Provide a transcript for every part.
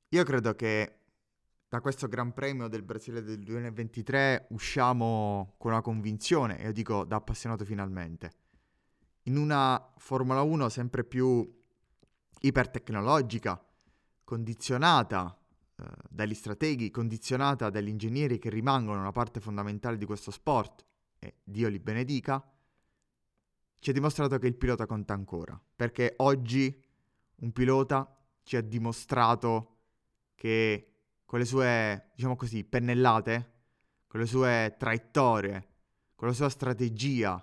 Io credo che da questo Gran Premio del Brasile del 2023 usciamo con una convinzione, e io dico da appassionato finalmente, in una Formula 1 sempre più ipertecnologica, condizionata dagli strateghi, condizionata dagli ingegneri che rimangono una parte fondamentale di questo sport, e Dio li benedica, ci ha dimostrato che il pilota conta ancora, perché oggi un pilota ci ha dimostrato che con le sue, diciamo così, pennellate, con le sue traiettorie, con la sua strategia,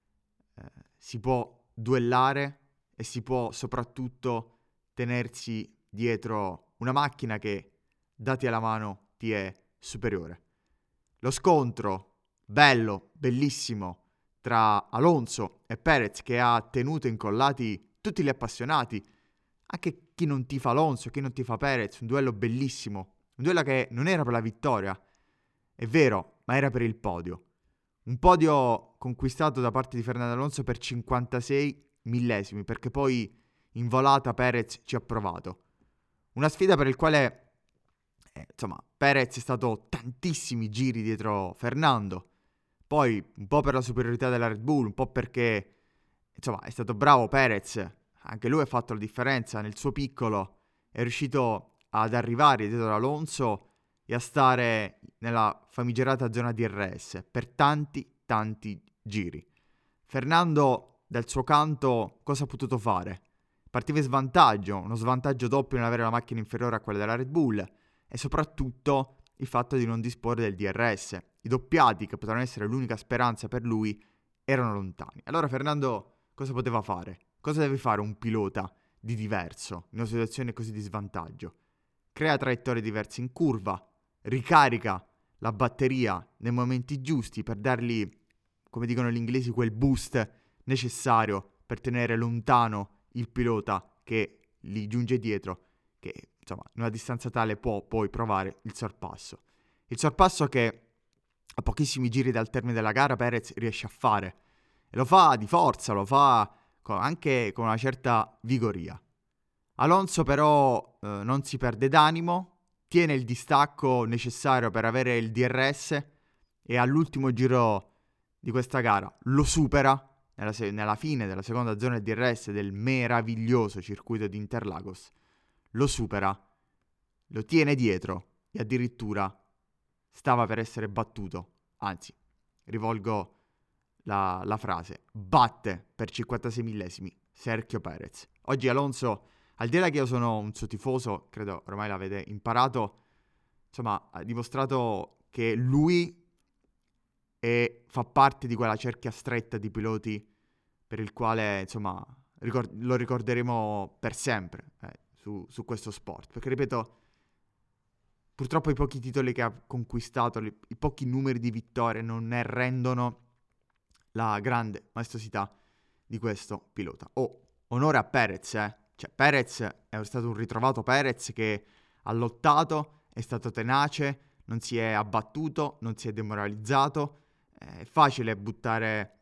si può duellare e si può soprattutto tenersi dietro una macchina che, dati alla mano, ti è superiore. Lo scontro, bello, bellissimo, tra Alonso e Perez, che ha tenuto incollati tutti gli appassionati, anche chi non tifa Alonso, chi non tifa Perez, un duello bellissimo, un duello che non era per la vittoria, è vero, ma era per il podio. Un podio conquistato da parte di Fernando Alonso per 56 millesimi, perché poi in volata Perez ci ha provato. Una sfida per il quale, insomma, Perez è stato tantissimi giri dietro Fernando, poi un po' per la superiorità della Red Bull, un po' perché, insomma, è stato bravo Perez, anche lui ha fatto la differenza nel suo piccolo, è riuscito ad arrivare dietro ad Alonso e a stare nella famigerata zona DRS per tanti giri. Fernando, dal suo canto, cosa ha potuto fare? Partiva in svantaggio, uno svantaggio doppio nell'avere la macchina inferiore a quella della Red Bull e soprattutto il fatto di non disporre del DRS. I doppiati, che potevano essere l'unica speranza per lui, erano lontani. Allora Fernando cosa poteva fare? Cosa deve fare un pilota di diverso in una situazione così di svantaggio? Crea traiettorie diverse in curva, ricarica la batteria nei momenti giusti per dargli, come dicono gli inglesi, quel boost necessario per tenere lontano il pilota che gli giunge dietro, che insomma in una distanza tale può poi provare il sorpasso. Il sorpasso che a pochissimi giri dal termine della gara Perez riesce a fare, e lo fa di forza, lo fa anche con una certa vigoria. Alonso però non si perde d'animo, tiene il distacco necessario per avere il DRS e all'ultimo giro di questa gara lo supera nella fine della seconda zona di DRS del meraviglioso circuito di Interlagos. Lo supera, lo tiene dietro e addirittura stava per essere battuto. Anzi, rivolgo la frase, batte per 56 millesimi Sergio Perez. Oggi Alonso, al di là che io sono un suo tifoso, credo ormai l'avete imparato, insomma, ha dimostrato che lui fa parte di quella cerchia stretta di piloti per il quale, insomma, lo ricorderemo per sempre su questo sport. Perché, ripeto, purtroppo i pochi titoli che ha conquistato, i pochi numeri di vittorie non ne rendono la grande maestosità di questo pilota. Onore a Perez, eh. Cioè, Perez è stato un ritrovato Perez che ha lottato, è stato tenace, non si è abbattuto, non si è demoralizzato. È facile buttare,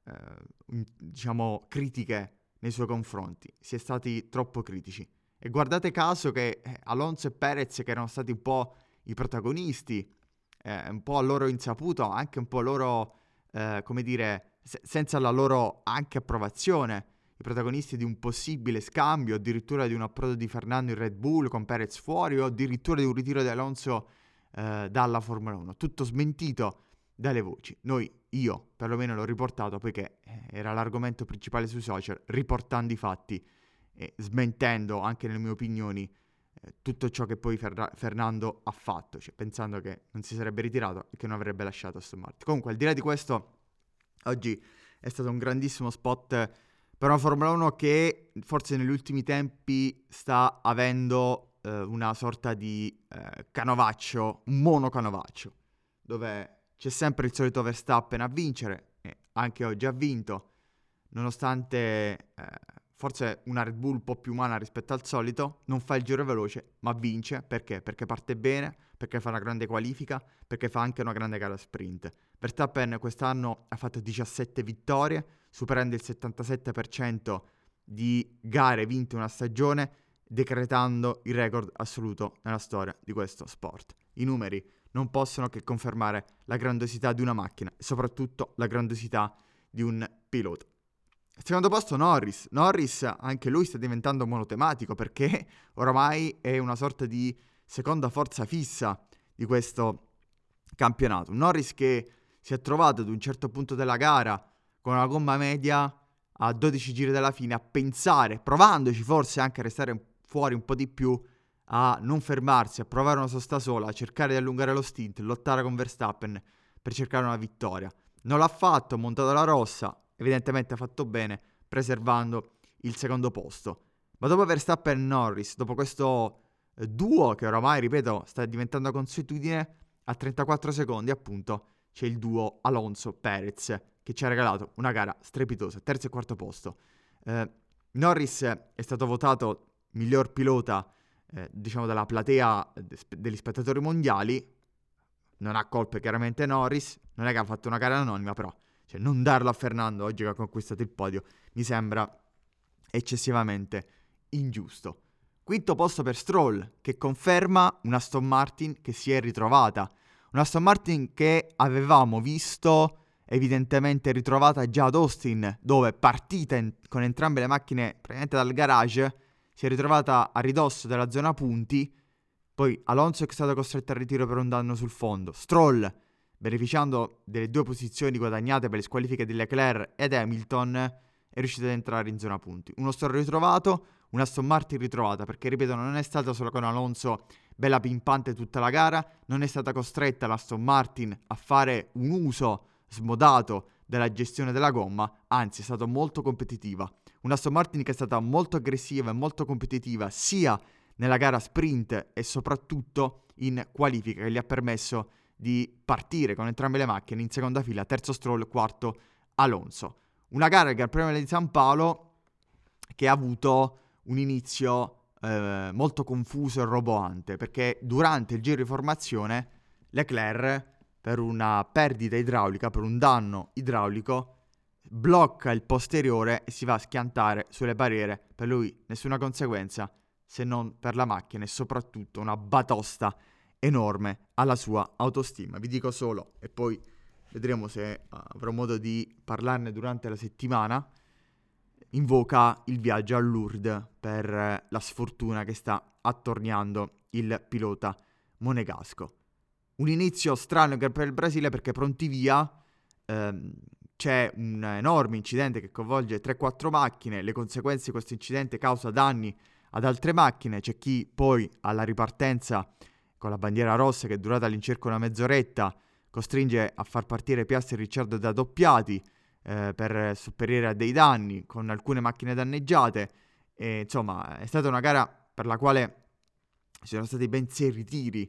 diciamo, critiche nei suoi confronti. Si è stati troppo critici. E guardate caso che Alonso e Perez, che erano stati un po' i protagonisti, un po' a loro insaputo, anche un po' loro, come dire, senza la loro anche approvazione, i protagonisti di un possibile scambio, addirittura di un approdo di Fernando in Red Bull con Perez fuori, o addirittura di un ritiro di Alonso dalla Formula 1. Tutto smentito dalle voci. Io perlomeno l'ho riportato poiché era l'argomento principale sui social, riportando i fatti e smentendo anche nelle mie opinioni tutto ciò che poi Fernando ha fatto, cioè pensando che non si sarebbe ritirato e che non avrebbe lasciato Aston Martin. Comunque, al di là di questo, oggi è stato un grandissimo spot per una Formula 1 che forse negli ultimi tempi sta avendo una sorta di canovaccio, un monocanovaccio, dove c'è sempre il solito Verstappen a vincere, e anche oggi ha vinto, nonostante forse una Red Bull un po' più umana rispetto al solito, non fa il giro veloce, ma vince. Perché? Perché parte bene, perché fa una grande qualifica, perché fa anche una grande gara sprint. Verstappen quest'anno ha fatto 17 vittorie, superando il 77% di gare vinte una stagione, decretando il record assoluto nella storia di questo sport. I numeri non possono che confermare la grandiosità di una macchina e soprattutto la grandiosità di un pilota. Al secondo posto Norris. Norris anche lui sta diventando monotematico perché oramai è una sorta di seconda forza fissa di questo campionato. Un Norris che si è trovato ad un certo punto della gara con una gomma media a 12 giri dalla fine a pensare, provandoci forse anche a restare fuori un po' di più, a non fermarsi, a provare una sosta sola, a cercare di allungare lo stint, lottare con Verstappen per cercare una vittoria. Non l'ha fatto, ha montato la rossa, evidentemente ha fatto bene, preservando il secondo posto. Ma dopo Verstappen e Norris, dopo questo duo che oramai, ripeto, sta diventando consuetudine, a 34 secondi appunto c'è il duo Alonso-Perez che ci ha regalato una gara strepitosa, terzo e quarto posto. Norris è stato votato miglior pilota diciamo dalla platea degli spettatori mondiali. Non ha colpe chiaramente Norris, non è che ha fatto una gara anonima, però cioè, non darlo a Fernando oggi che ha conquistato il podio mi sembra eccessivamente ingiusto. Quinto posto per Stroll, che conferma una Aston Martin che si è ritrovata. Una Aston Martin che avevamo visto evidentemente ritrovata già ad Austin, dove partita con entrambe le macchine praticamente dal garage, si è ritrovata a ridosso della zona punti. Poi Alonso è stato costretto al ritiro per un danno sul fondo. Stroll, beneficiando delle due posizioni guadagnate per le squalifiche di Leclerc ed Hamilton, è riuscito ad entrare in zona punti. Uno Stroll ritrovato, una Aston Martin ritrovata, perché ripeto non è stata solo con Alonso bella pimpante tutta la gara, non è stata costretta la Aston Martin a fare un uso smodato della gestione della gomma, anzi è stata molto competitiva. Una Aston Martin che è stata molto aggressiva e molto competitiva sia nella gara sprint e soprattutto in qualifica, che gli ha permesso di partire con entrambe le macchine in seconda fila, terzo Stroll, quarto Alonso. Una gara, il Gran Premio di San Paolo, che ha avuto un inizio molto confuso e roboante, perché durante il giro di formazione Leclerc, per una perdita idraulica, per un danno idraulico, blocca il posteriore e si va a schiantare sulle barriere. Per lui nessuna conseguenza se non per la macchina e soprattutto una batosta enorme alla sua autostima. Vi dico solo, e poi vedremo se avrò modo di parlarne durante la settimana, invoca il viaggio a Lourdes per la sfortuna che sta attorniando il pilota monegasco. Un inizio strano per il Brasile perché pronti via c'è un enorme incidente che coinvolge 3-4 macchine, le conseguenze di questo incidente causa danni ad altre macchine, c'è chi poi alla ripartenza con la bandiera rossa che è durata all'incirca una mezz'oretta costringe a far partire Piastri e Ricciardo da doppiati per sopperire a dei danni con alcune macchine danneggiate e, insomma è stata una gara per la quale ci sono stati ben 6 ritiri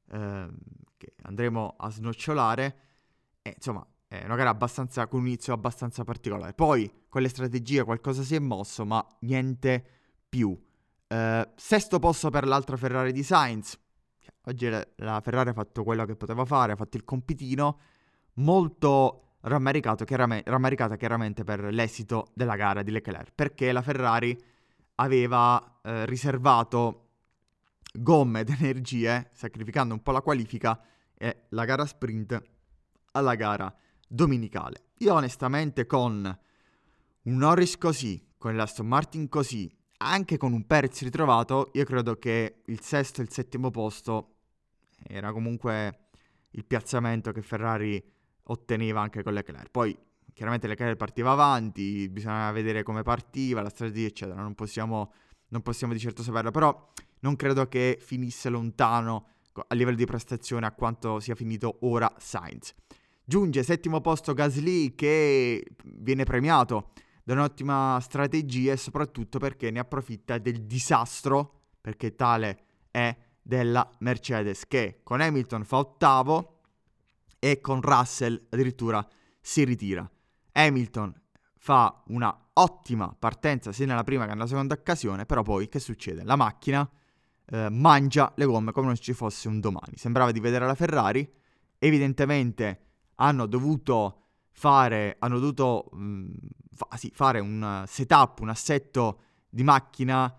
che andremo a snocciolare e insomma è una gara abbastanza con un inizio abbastanza particolare. Poi con le strategie qualcosa si è mosso ma niente più. Sesto posto per l'altra Ferrari di Sainz. Oggi la Ferrari ha fatto quello che poteva fare, ha fatto il compitino, molto rammaricata chiaramente per l'esito della gara di Leclerc, perché la Ferrari aveva riservato gomme ed energie, sacrificando un po' la qualifica e la gara sprint alla gara domenicale. Io onestamente con un Norris così, con l'Aston Martin così, anche con un Perez ritrovato, io credo che il sesto e il settimo posto era comunque il piazzamento che Ferrari otteneva anche con Leclerc. Poi chiaramente Leclerc partiva avanti, bisognava vedere come partiva, la strategia eccetera, non possiamo di certo saperlo, però non credo che finisse lontano a livello di prestazione a quanto sia finito ora Sainz. Giunge settimo posto Gasly, che viene premiato da un'ottima strategia e soprattutto perché ne approfitta del disastro, perché tale è, della Mercedes, che con Hamilton fa ottavo e con Russell addirittura si ritira. Hamilton fa una ottima partenza sia nella prima che nella seconda occasione, però poi che succede? La macchina mangia le gomme come non ci fosse un domani. Sembrava di vedere la Ferrari, evidentemente hanno dovuto fare un setup, un assetto di macchina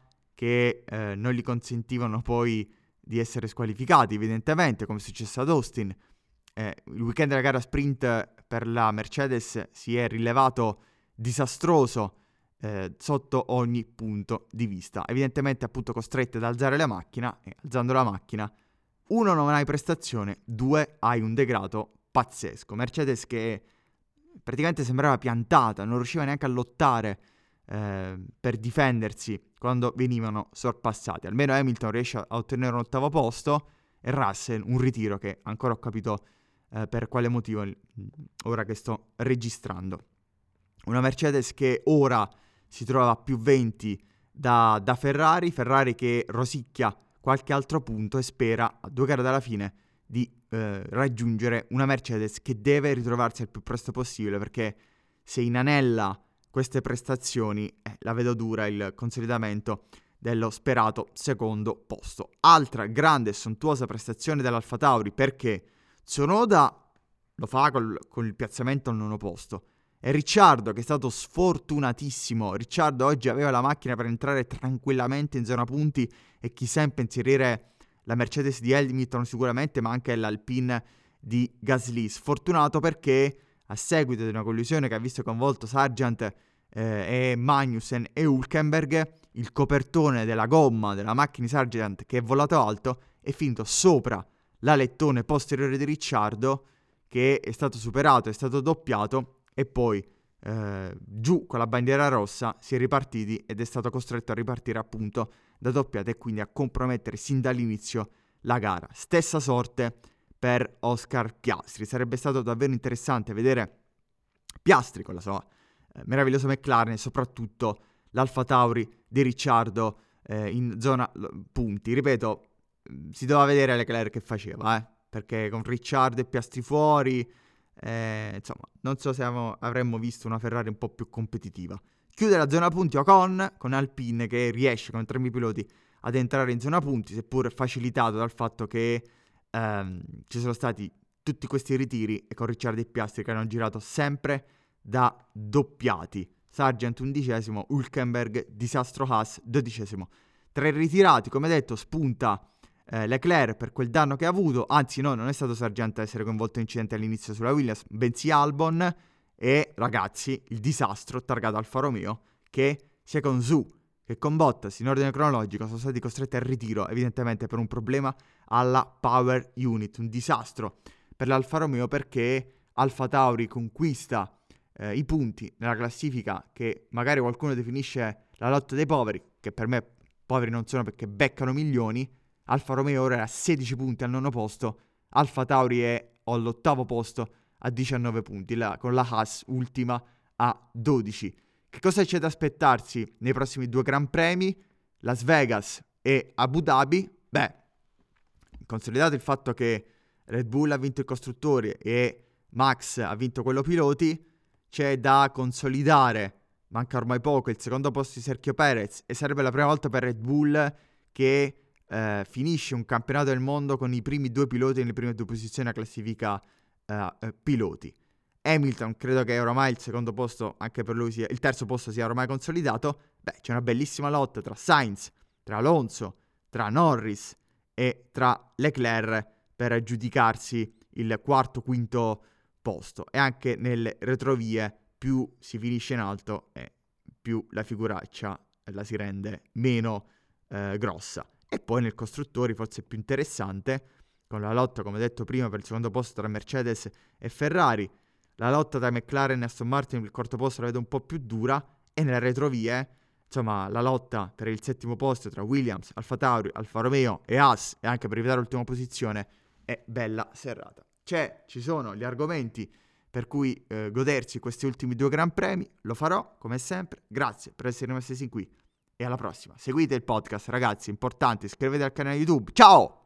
che non gli consentivano poi di essere squalificati, evidentemente, come è successo ad Austin. Il weekend della gara sprint per la Mercedes si è rivelato disastroso sotto ogni punto di vista. Evidentemente appunto costrette ad alzare la macchina, e alzando la macchina, uno, non hai prestazione, due, hai un degrado pazzesco. Mercedes che praticamente sembrava piantata, non riusciva neanche a lottare per difendersi quando venivano sorpassati. Almeno Hamilton riesce a ottenere un ottavo posto e Russell un ritiro che ancora ho capito per quale motivo ora che sto registrando. Una Mercedes che ora si trova a più 20 da Ferrari che rosicchia qualche altro punto e spera a 2 gare dalla fine di raggiungere una Mercedes che deve ritrovarsi il più presto possibile, perché se inanella queste prestazioni la vedo dura il consolidamento dello sperato secondo posto. Altra grande e sontuosa prestazione dell'AlphaTauri, perché Tsunoda lo fa con il piazzamento al nono posto, e Ricciardo che è stato sfortunatissimo. Ricciardo oggi aveva la macchina per entrare tranquillamente in zona punti e chissà impensierire la Mercedes di Hamilton sicuramente, ma anche l'Alpine di Gasly. Sfortunato perché a seguito di una collisione che ha visto coinvolto Sargent e Magnussen e Hülkenberg, il copertone della gomma della macchina di Sargent, che è volato alto, è finito sopra l'alettone posteriore di Ricciardo, che è stato superato, è stato doppiato, e poi giù con la bandiera rossa si è ripartiti ed è stato costretto a ripartire appunto da doppiata e quindi a compromettere sin dall'inizio la gara. Stessa sorte per Oscar Piastri. Sarebbe stato davvero interessante vedere Piastri con la sua meravigliosa McLaren e soprattutto l'AlphaTauri di Ricciardo in zona punti. Ripeto, si doveva vedere Leclerc che faceva, perché con Ricciardo e Piastri fuori, insomma, non so se avremmo visto una Ferrari un po' più competitiva. Chiude la zona punti Ocon con Alpine che riesce con entrambi i piloti ad entrare in zona punti, seppur facilitato dal fatto che ci sono stati tutti questi ritiri e con Ricciardo e Piastri che hanno girato sempre da doppiati. Sargent 11°, Hülkenberg, disastro Haas 12°. Tra i ritirati, come detto, spunta Leclerc per quel danno che ha avuto. Anzi no, non è stato Sargent a essere coinvolto in incidente all'inizio sulla Williams, bensì Albon. E ragazzi, il disastro targato Alfa Romeo, che sia con Zhou che con Bottas in ordine cronologico sono stati costretti al ritiro, evidentemente per un problema alla power unit. Un disastro per l'Alfa Romeo, perché AlphaTauri conquista i punti nella classifica che magari qualcuno definisce la lotta dei poveri, che per me poveri non sono perché beccano milioni. Alfa Romeo ora è a 16 punti al nono posto, AlphaTauri è all'8° posto a 19 punti, con la Haas ultima a 12. Che cosa c'è da aspettarsi nei prossimi 2 Gran Premi? Las Vegas e Abu Dhabi? Beh, consolidato il fatto che Red Bull ha vinto il costruttori e Max ha vinto quello piloti, c'è da consolidare, manca ormai poco, il secondo posto di Sergio Perez, e sarebbe la prima volta per Red Bull che finisce un campionato del mondo con i primi 2 piloti nelle prime 2 posizioni a classifica piloti. Hamilton credo che oramai il secondo posto anche per lui sia, il terzo posto sia ormai consolidato. Beh, c'è una bellissima lotta tra Sainz, tra Alonso, tra Norris e tra Leclerc per aggiudicarsi il quarto, quinto posto. E anche nelle retrovie più si finisce in alto e più la figuraccia la si rende meno grossa. E poi nel costruttori forse più interessante, con la lotta, come detto prima, per il secondo posto tra Mercedes e Ferrari. La lotta tra McLaren e Aston Martin per il quarto posto la vedo un po' più dura, e nelle retrovie, insomma, la lotta per il settimo posto tra Williams, AlphaTauri, Alfa Romeo e Haas, e anche per evitare l'ultima posizione, è bella serrata. Ci sono gli argomenti per cui godersi questi ultimi 2 Gran Premi. Lo farò, come sempre. Grazie per essere rimasti sin qui e alla prossima. Seguite il podcast, ragazzi, importante, iscrivetevi al canale YouTube. Ciao!